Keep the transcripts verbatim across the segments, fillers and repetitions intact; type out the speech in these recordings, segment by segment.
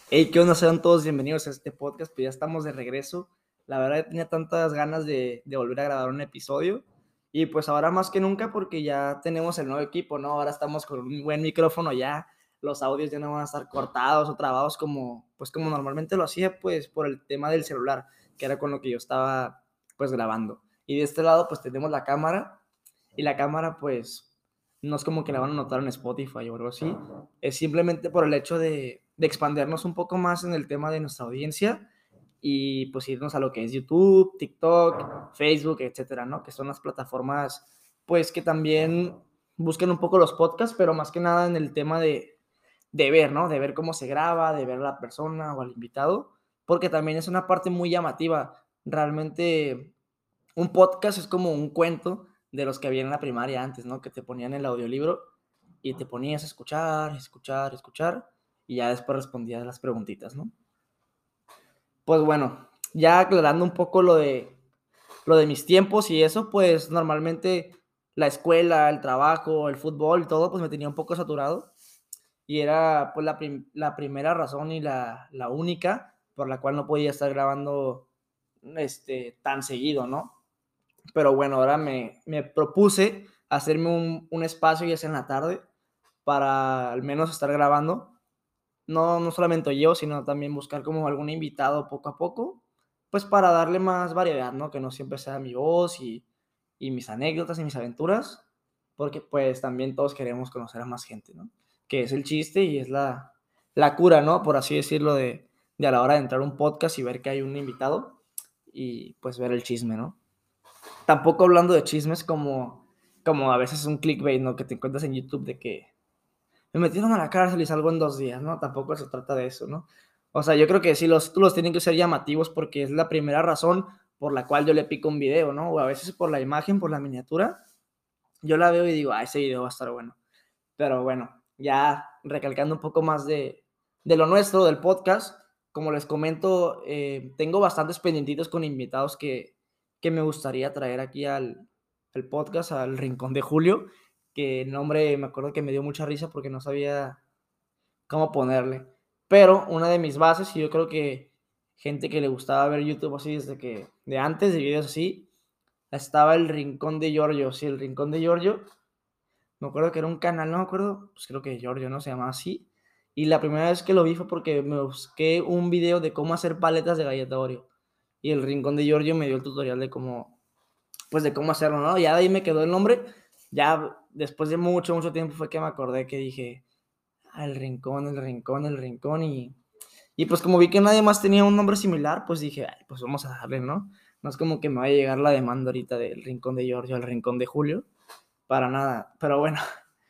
Hey, ¿qué onda? Sean todos bienvenidos a este podcast, pues ya estamos de regreso. La verdad tenía tantas ganas de, de volver a grabar un episodio y pues ahora más que nunca porque ya tenemos el nuevo equipo, ¿no? Ahora estamos con un buen micrófono ya, los audios ya no van a estar cortados o trabados como, pues como normalmente lo hacía, pues por el tema del celular, que era con lo que yo estaba pues grabando. Y de este lado pues tenemos la cámara y la cámara pues no es como que la van a notar en Spotify o algo así, es simplemente por el hecho de, de expandernos un poco más en el tema de nuestra audiencia y pues irnos a lo que es YouTube, TikTok, Facebook, etcétera, ¿no? Que son las plataformas pues que también buscan un poco los podcasts, pero más que nada en el tema de, de ver, ¿no? De ver cómo se graba, de ver a la persona o al invitado, porque también es una parte muy llamativa. Realmente un podcast es como un cuento de los que había en la primaria antes, ¿no? Que te ponían el audiolibro y te ponías a escuchar, escuchar, escuchar, y ya después respondías las preguntitas, ¿no? Pues bueno, ya aclarando un poco lo de, lo de mis tiempos y eso, pues normalmente la escuela, el trabajo, el fútbol, todo, pues me tenía un poco saturado. Y era pues la, prim la primera razón y la, la única por la cual no podía estar grabando este, tan seguido, ¿no? Pero bueno, ahora me, me propuse hacerme un, un espacio, ya sea en la tarde, para al menos estar grabando. No, no solamente yo, sino también buscar como algún invitado poco a poco, pues para darle más variedad, ¿no? Que no siempre sea mi voz y, y mis anécdotas y mis aventuras, porque pues también todos queremos conocer a más gente, ¿no? Que es el chiste y es la, la cura, ¿no? Por así decirlo, de, de a la hora de entrar a un podcast y ver que hay un invitado y pues ver el chisme, ¿no? Tampoco hablando de chismes como, como a veces un clickbait, ¿no? Que te encuentras en YouTube de que me metieron a la cárcel y salgo en dos días, ¿no? Tampoco se trata de eso, ¿no? O sea, yo creo que sí, los títulos tienen que ser llamativos porque es la primera razón por la cual yo le pico un video, ¿no? O a veces por la imagen, por la miniatura, yo la veo y digo, ah, ese video va a estar bueno. Pero bueno, ya recalcando un poco más de, de lo nuestro, del podcast, como les comento, eh, tengo bastantes pendientitos con invitados que, que me gustaría traer aquí al, al podcast, al Rincón de Julio, que el nombre me acuerdo que me dio mucha risa porque no sabía cómo ponerle. Pero una de mis bases, y yo creo que gente que le gustaba ver YouTube así desde que, de antes, de videos así, estaba el Rincón de Giorgio. Sí, el Rincón de Giorgio, me acuerdo que era un canal, no me acuerdo, pues creo que Giorgio, ¿no? Se llamaba así. Y la primera vez que lo vi fue porque me busqué un video de cómo hacer paletas de galleta Oreo. Y el Rincón de Giorgio me dio el tutorial de cómo, pues de cómo hacerlo, ¿no? Ya de ahí me quedó el nombre. Ya después de mucho, mucho tiempo fue que me acordé que dije, ah, el Rincón, el Rincón, el Rincón. Y, y pues como vi que nadie más tenía un nombre similar, pues dije, ay, pues vamos a darle, ¿no? No es como que me vaya a llegar la demanda ahorita del Rincón de Giorgio al Rincón de Julio. Para nada. Pero bueno,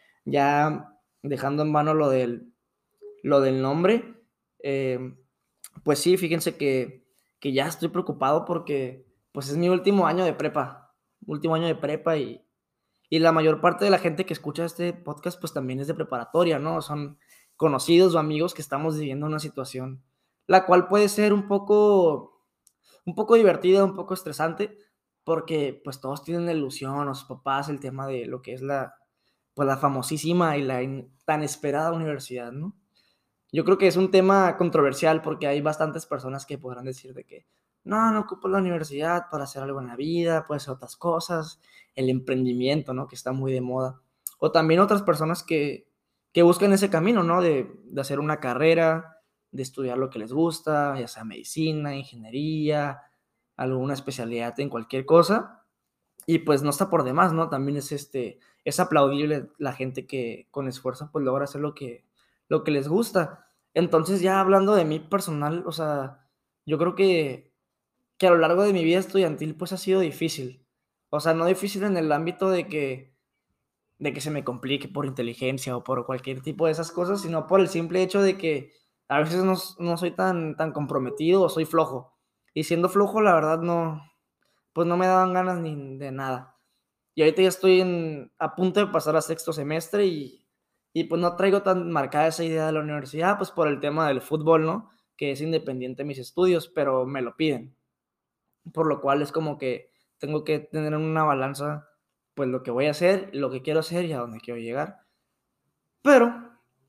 ya dejando en vano lo del, lo del nombre, eh, pues sí, fíjense que, que ya estoy preocupado porque pues es mi último año de prepa, último año de prepa y, y la mayor parte de la gente que escucha este podcast pues también es de preparatoria, ¿no? Son conocidos o amigos que estamos viviendo una situación, la cual puede ser un poco, un poco divertida, un poco estresante, porque pues todos tienen la ilusión, o sus papás, el tema de lo que es la, pues la famosísima y la in- tan esperada universidad, ¿no? Yo creo que es un tema controversial porque hay bastantes personas que podrán decir de que no, no ocupo la universidad para hacer algo en la vida, puede ser otras cosas, el emprendimiento, ¿no? Que está muy de moda. O también otras personas que, que buscan ese camino, ¿no? De, de hacer una carrera, de estudiar lo que les gusta, ya sea medicina, ingeniería, alguna especialidad en cualquier cosa. Y pues no está por demás, ¿no? También es, este, es aplaudible la gente que con esfuerzo pues logra hacer lo que, lo que les gusta. Entonces ya hablando de mí personal, o sea, yo creo que, que a lo largo de mi vida estudiantil pues ha sido difícil. O sea, no difícil en el ámbito de que, de que se me complique por inteligencia o por cualquier tipo de esas cosas, sino por el simple hecho de que a veces no, no soy tan, tan comprometido o soy flojo. Y siendo flojo, la verdad, no, pues no me daban ganas ni de nada. Y ahorita ya estoy en, a punto de pasar a sexto semestre y, y pues no traigo tan marcada esa idea de la universidad, pues por el tema del fútbol, ¿no? Que es independiente de mis estudios, pero me lo piden. Por lo cual es como que tengo que tener en una balanza, pues lo que voy a hacer, lo que quiero hacer y a dónde quiero llegar. Pero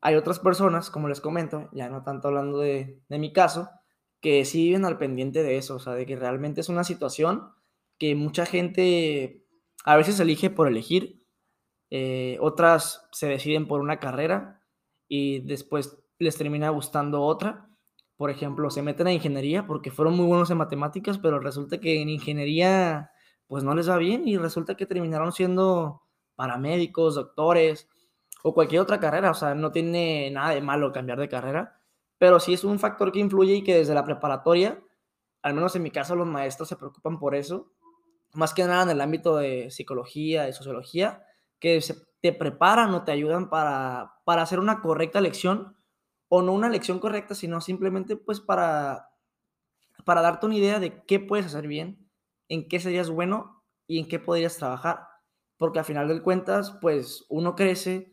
hay otras personas, como les comento, ya no tanto hablando de, de mi caso, que sí viven al pendiente de eso, o sea, de que realmente es una situación que mucha gente a veces elige por elegir, eh, otras se deciden por una carrera y después les termina gustando otra. Por ejemplo, se meten a ingeniería porque fueron muy buenos en matemáticas, pero resulta que en ingeniería pues no les va bien y resulta que terminaron siendo paramédicos, doctores o cualquier otra carrera. O sea, no tiene nada de malo cambiar de carrera, pero sí es un factor que influye y que desde la preparatoria, al menos en mi caso, los maestros se preocupan por eso, más que nada en el ámbito de psicología, de sociología, que se, te preparan o te ayudan para, para hacer una correcta lección, o no una lección correcta, sino simplemente pues para, para darte una idea de qué puedes hacer bien, en qué serías bueno y en qué podrías trabajar. Porque al final de cuentas, pues uno crece,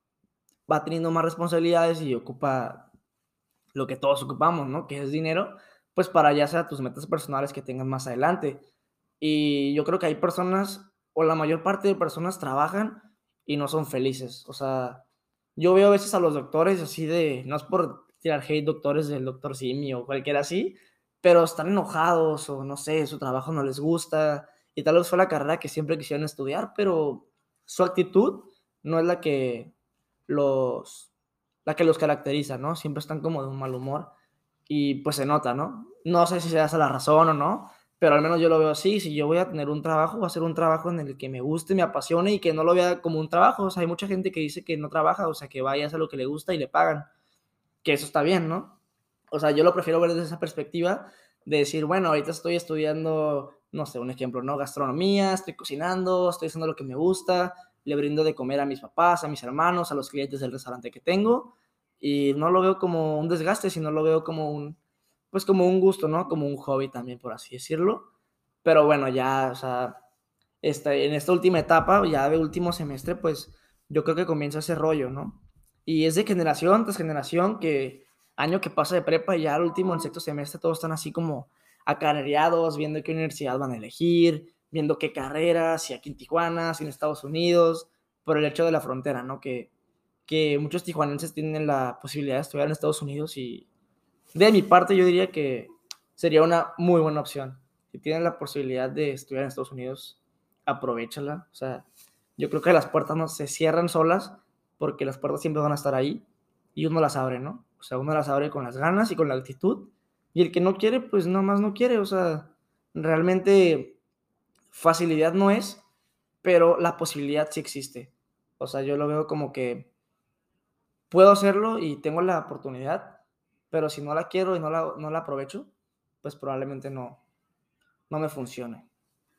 va teniendo más responsabilidades y ocupa lo que todos ocupamos, ¿no? Que es dinero, pues para ya sea tus metas personales que tengas más adelante. Y yo creo que hay personas, o la mayor parte de personas trabajan y no son felices. O sea, yo veo a veces a los doctores así de, no es por tirar hate, doctores del doctor Simi o cualquiera así, pero están enojados o no sé, su trabajo no les gusta y tal vez fue la carrera que siempre quisieron estudiar, pero su actitud no es la que los, la que los caracteriza, ¿no? Siempre están como de un mal humor y pues se nota, ¿no? No sé si se hace la razón o no, pero al menos yo lo veo así. Si yo voy a tener un trabajo, va a ser un trabajo en el que me guste, me apasione y que no lo vea como un trabajo. O sea, hay mucha gente que dice que no trabaja, o sea, que vaya a hacer lo que le gusta y le pagan, que eso está bien, ¿no? O sea, yo lo prefiero ver desde esa perspectiva de decir, bueno, ahorita estoy estudiando, no sé, un ejemplo, ¿no? Gastronomía, estoy cocinando, estoy haciendo lo que me gusta, le brindo de comer a mis papás, a mis hermanos, a los clientes del restaurante que tengo, y no lo veo como un desgaste, sino lo veo como un, pues como un gusto, ¿no? Como un hobby también, por así decirlo. Pero bueno, ya, o sea, esta, en esta última etapa, ya de último semestre, pues yo creo que comienza ese rollo, ¿no? Y es de generación tras generación que año que pasa de prepa y ya al último, en sexto semestre, todos están así como acarereados, viendo qué universidad van a elegir, viendo qué carreras, si aquí en Tijuana, si en Estados Unidos, por el hecho de la frontera, ¿no? Que, que muchos tijuanenses tienen la posibilidad de estudiar en Estados Unidos y de mi parte yo diría que sería una muy buena opción. Si tienen la posibilidad de estudiar en Estados Unidos, aprovéchala. O sea, yo creo que las puertas no se cierran solas porque las puertas siempre van a estar ahí y uno las abre, ¿no? O sea, uno las abre con las ganas y con la actitud y el que no quiere, pues nada más no quiere. O sea, realmente facilidad no es, pero la posibilidad sí existe. O sea, yo lo veo como que puedo hacerlo y tengo la oportunidad, pero si no la quiero y no la, no la aprovecho, pues probablemente no, no me funcione.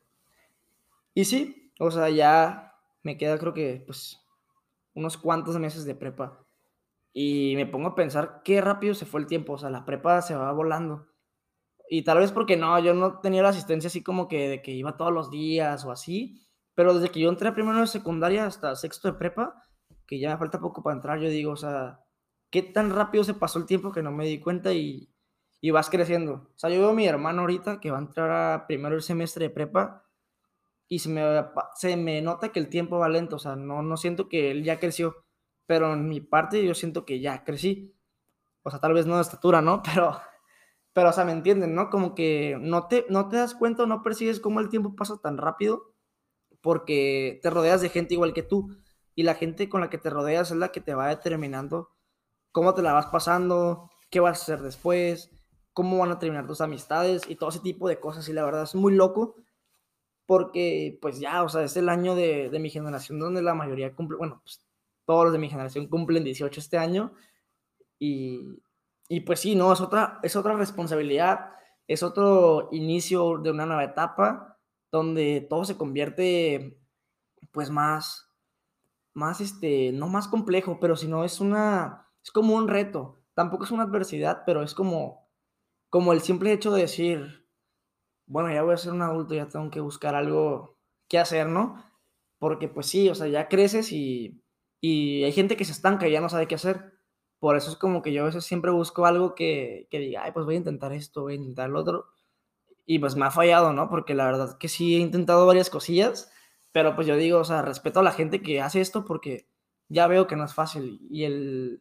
Y sí, o sea, ya me queda creo que pues unos cuantos meses de prepa y me pongo a pensar qué rápido se fue el tiempo, o sea, la prepa se va volando. Y tal vez porque no, yo no tenía la asistencia así como que de que iba todos los días o así, pero desde que yo entré primero de secundaria hasta sexto de prepa, que ya me falta poco para entrar, yo digo, o sea, qué tan rápido se pasó el tiempo que no me di cuenta y, y vas creciendo. O sea, yo veo a mi hermano ahorita que va a entrar a primero el semestre de prepa y se me, se me nota que el tiempo va lento, o sea, no, no siento que él ya creció, pero en mi parte yo siento que ya crecí. O sea, tal vez no de estatura, ¿no? Pero pero, o sea, ¿me entienden, no? Como que no te, no te das cuenta o no percibes cómo el tiempo pasa tan rápido porque te rodeas de gente igual que tú. Y la gente con la que te rodeas es la que te va determinando cómo te la vas pasando, qué vas a hacer después, cómo van a terminar tus amistades y todo ese tipo de cosas. Y la verdad es muy loco porque, pues ya, o sea, es el año de, de mi generación donde la mayoría cumple, bueno, pues todos los de mi generación cumplen dieciocho este año y, y pues sí, no, es otra, es otra responsabilidad, es otro inicio de una nueva etapa donde todo se convierte pues más, más este, no más complejo, pero sino es una, es como un reto, tampoco es una adversidad, pero es como, como el simple hecho de decir, bueno, ya voy a ser un adulto, ya tengo que buscar algo que hacer, ¿no? Porque pues sí, o sea, ya creces y, y hay gente que se estanca y ya no sabe qué hacer. Por eso es como que yo a veces siempre busco algo que, que diga, ay, pues voy a intentar esto, voy a intentar lo otro. Y pues me ha fallado, ¿no? Porque la verdad que sí he intentado varias cosillas, pero pues yo digo, o sea, respeto a la gente que hace esto porque ya veo que no es fácil. Y el,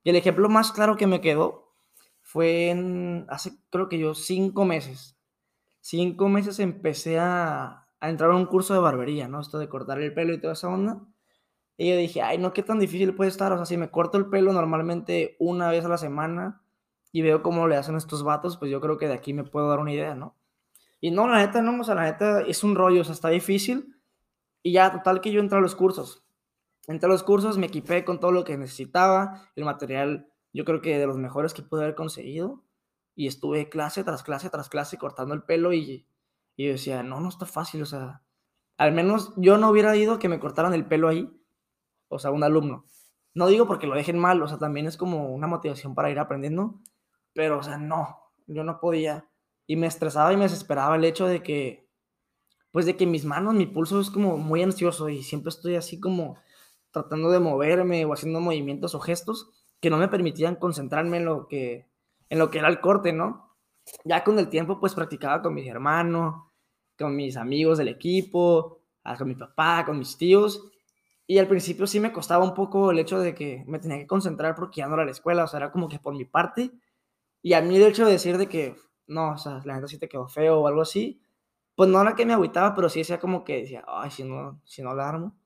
Y el ejemplo más claro que me quedó fue en hace, creo que yo, cinco meses. cinco meses empecé a a entrar a un curso de barbería, ¿no? Esto de cortar el pelo y toda esa onda. Y yo dije: "Ay, no, qué tan difícil puede estar". O sea, si me corto el pelo normalmente una vez a la semana y veo cómo le hacen estos vatos, pues yo creo que de aquí me puedo dar una idea, ¿no? Y no, la neta no, o sea, la neta es un rollo, o sea, está difícil. Y ya, total que yo entré a los cursos. Entré a los cursos, me equipé con todo lo que necesitaba, el material, yo creo que de los mejores que pude haber conseguido. Y estuve clase tras clase tras clase cortando el pelo y, y yo decía, no, no está fácil, o sea, al menos yo no hubiera ido a que me cortaran el pelo ahí, o sea, un alumno. No digo porque lo dejen mal, o sea, también es como una motivación para ir aprendiendo, pero, o sea, no, yo no podía. Y me estresaba y me desesperaba el hecho de que, pues, de que mis manos, mi pulso es como muy ansioso y siempre estoy así como tratando de moverme o haciendo movimientos o gestos que no me permitían concentrarme en lo que, en lo que era el corte, ¿no? Ya con el tiempo, pues, practicaba con mis hermanos, con mis amigos del equipo, ah, con mi papá, con mis tíos, y al principio sí me costaba un poco el hecho de que me tenía que concentrar porque ya no era la escuela, o sea, era como que por mi parte. Y a mí el hecho de decir de que, no, o sea, la neta sí te quedó feo o algo así, pues no era que me agüitaba, pero sí decía como que decía, ay, si no, si no la armo.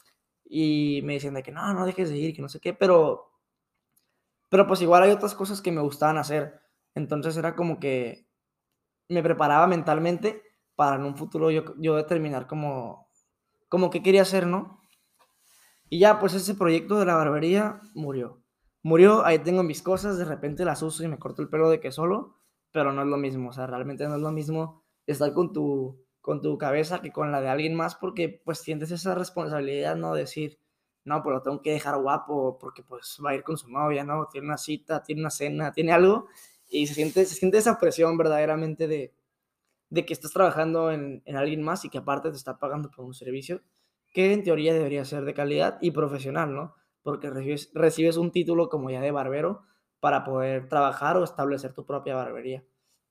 Y me decían de que no, no dejes de ir, que no sé qué, pero, pero pues igual hay otras cosas que me gustaban hacer. Entonces era como que me preparaba mentalmente para en un futuro yo, yo determinar como, como qué quería hacer, ¿no? Y ya, pues ese proyecto de la barbería murió. Murió, ahí tengo mis cosas, de repente las uso y me corto el pelo de que solo, pero no es lo mismo, o sea, realmente no es lo mismo estar con tu, con tu cabeza que con la de alguien más porque pues sientes esa responsabilidad, ¿no? Decir, no, pues lo tengo que dejar guapo porque pues va a ir con su novia, ¿no? Tiene una cita, tiene una cena, tiene algo y se siente, se siente esa presión verdaderamente de, de que estás trabajando en, en alguien más y que aparte te está pagando por un servicio que en teoría debería ser de calidad y profesional, ¿no? Porque recibes, recibes un título como ya de barbero para poder trabajar o establecer tu propia barbería.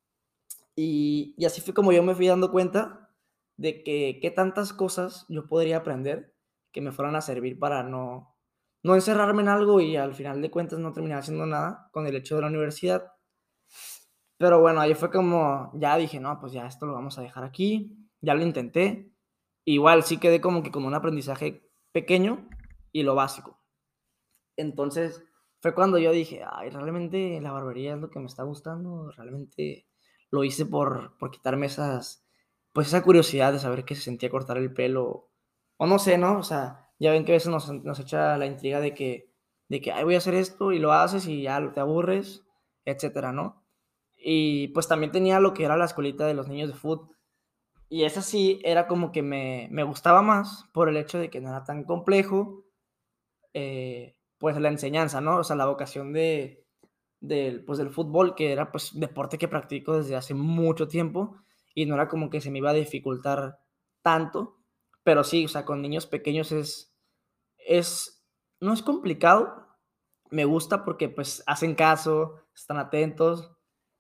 Y, y así fue como yo me fui dando cuenta de que qué tantas cosas yo podría aprender que me fueran a servir para no, no encerrarme en algo y al final de cuentas no terminar haciendo nada con el hecho de la universidad. Pero bueno, ahí fue como, ya dije, no, pues ya esto lo vamos a dejar aquí, ya lo intenté. Igual sí quedé como que con un aprendizaje pequeño y lo básico. Entonces fue cuando yo dije, ay, realmente la barbería es lo que me está gustando, realmente lo hice por, por quitarme esas, pues esa curiosidad de saber qué se sentía cortar el pelo, o no sé, ¿no? O sea, ya ven que a veces nos, nos echa la intriga de que, de que, ay, voy a hacer esto y lo haces y ya te aburres, etcétera, ¿no? Y pues también tenía lo que era la escuelita de los niños de fútbol. Y esa sí era como que me, me gustaba más por el hecho de que no era tan complejo, eh, pues la enseñanza, ¿no? O sea, la vocación de, del, pues, del fútbol, que era pues deporte que practico desde hace mucho tiempo y no era como que se me iba a dificultar tanto, pero sí, o sea, con niños pequeños es, es, no es complicado, me gusta porque pues hacen caso, están atentos,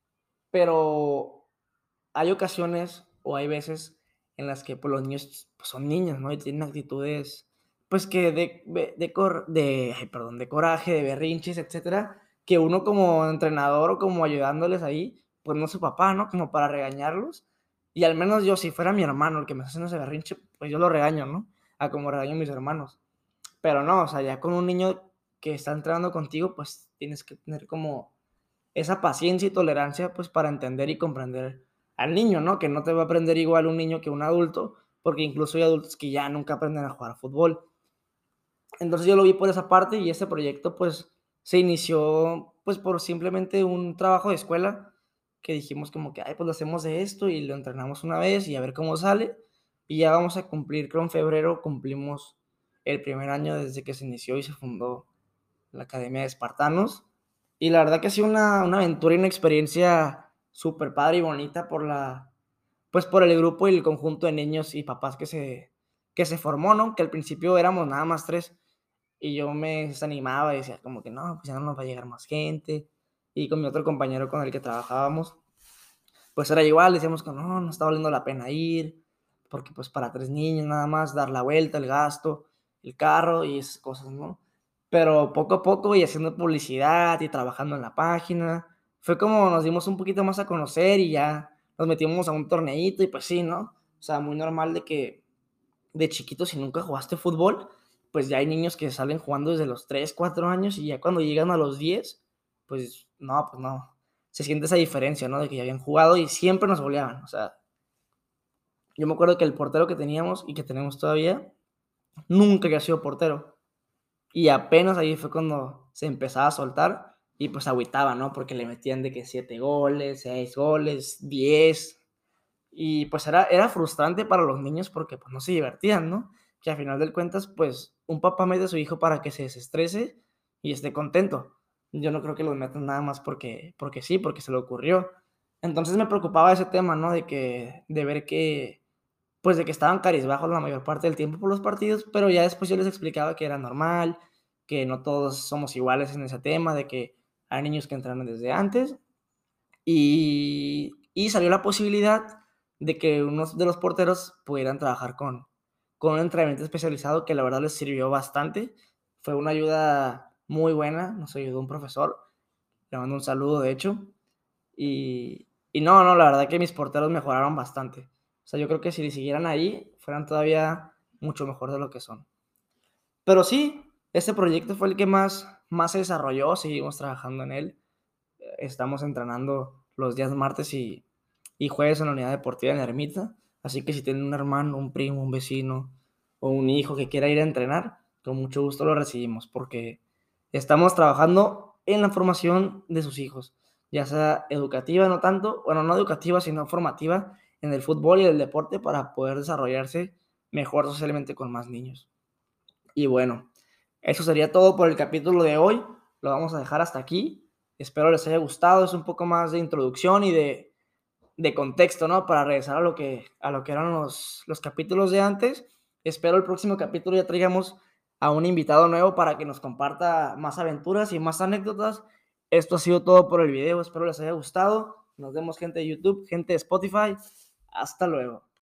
pero hay ocasiones o hay veces en las que, pues, los niños, pues, son niños, ¿no? Y tienen actitudes, pues, que de de de cor de, ay, perdón, de coraje, de berrinches, etcétera, que uno como entrenador o como ayudándoles ahí, pues, no es su papá, ¿no? Como para regañarlos. Y al menos yo, si fuera mi hermano el que me está haciendo ese berrinche, pues, yo lo regaño, ¿no? A como regaño a mis hermanos. Pero no, o sea, ya con un niño que está entrenando contigo, pues, tienes que tener como esa paciencia y tolerancia, pues, para entender y comprender al niño, ¿no? Que no te va a aprender igual un niño que un adulto, porque incluso hay adultos que ya nunca aprenden a jugar fútbol. Entonces yo lo vi por esa parte y ese proyecto, pues, se inició, pues, por simplemente un trabajo de escuela que dijimos como que, ay, pues lo hacemos de esto y lo entrenamos una vez y a ver cómo sale. Y ya vamos a cumplir, creo en febrero cumplimos el primer año desde que se inició y se fundó la Academia de Espartanos. Y la verdad que ha sido una, una aventura y una experiencia súper padre y bonita por la, pues por el grupo y el conjunto de niños y papás que se, que se formó, ¿no? Que al principio éramos nada más tres y yo me desanimaba y decía como que no, pues ya no nos va a llegar más gente. Y con mi otro compañero con el que trabajábamos, pues era igual, decíamos que no, no está valiendo la pena ir, porque pues para tres niños nada más dar la vuelta, el gasto, el carro y esas cosas, ¿no? Pero poco a poco y haciendo publicidad y trabajando en la página, fue como nos dimos un poquito más a conocer y ya nos metimos a un torneito y pues sí, ¿no? O sea, muy normal de que de chiquito, si nunca jugaste fútbol, pues ya hay niños que salen jugando desde los tres cuatro años y ya cuando llegan a los diez pues no, pues no. Se siente esa diferencia, ¿no? De que ya habían jugado y siempre nos goleaban. O sea, yo me acuerdo que el portero que teníamos y que tenemos todavía, nunca había sido portero. Y apenas ahí fue cuando se empezaba a soltar y pues agüitaba, ¿no? Porque le metían de que siete goles, seis goles, diez. Y pues era, era frustrante para los niños porque pues no se divertían, ¿no? Que al final del cuentas, pues un papá mete a su hijo para que se desestrese y esté contento. Yo no creo que los metan nada más porque, porque sí, porque se le ocurrió. Entonces me preocupaba ese tema, ¿no? De que, de ver que, pues de que estaban carizbajos la mayor parte del tiempo por los partidos, pero ya después yo les explicaba que era normal, que no todos somos iguales en ese tema, de que hay niños que entrenan desde antes y, y salió la posibilidad de que unos de los porteros pudieran trabajar con, con un entrenamiento especializado que la verdad les sirvió bastante. Fue una ayuda muy buena, nos ayudó un profesor, le mando un saludo de hecho. Y, y no, no, la verdad que mis porteros mejoraron bastante. O sea, yo creo que si siguieran ahí, fueran todavía mucho mejor de lo que son. Pero sí, este proyecto fue el que más, más se desarrolló, seguimos trabajando en él. Estamos entrenando los días martes y, y jueves en la unidad deportiva en Ermita. Así que si tienen un hermano, un primo, un vecino o un hijo que quiera ir a entrenar, con mucho gusto lo recibimos porque estamos trabajando en la formación de sus hijos, ya sea educativa, no tanto, bueno, no educativa, sino formativa en el fútbol y el deporte para poder desarrollarse mejor socialmente con más niños. Y bueno, eso sería todo por el capítulo de hoy. Lo vamos a dejar hasta aquí. Espero les haya gustado. Es un poco más de introducción y de, de contexto, ¿no? Para regresar a lo que, a lo que eran los, los capítulos de antes. Espero el próximo capítulo ya traigamos a un invitado nuevo para que nos comparta más aventuras y más anécdotas. Esto ha sido todo por el video. Espero les haya gustado. Nos vemos gente de YouTube, gente de Spotify. Hasta luego.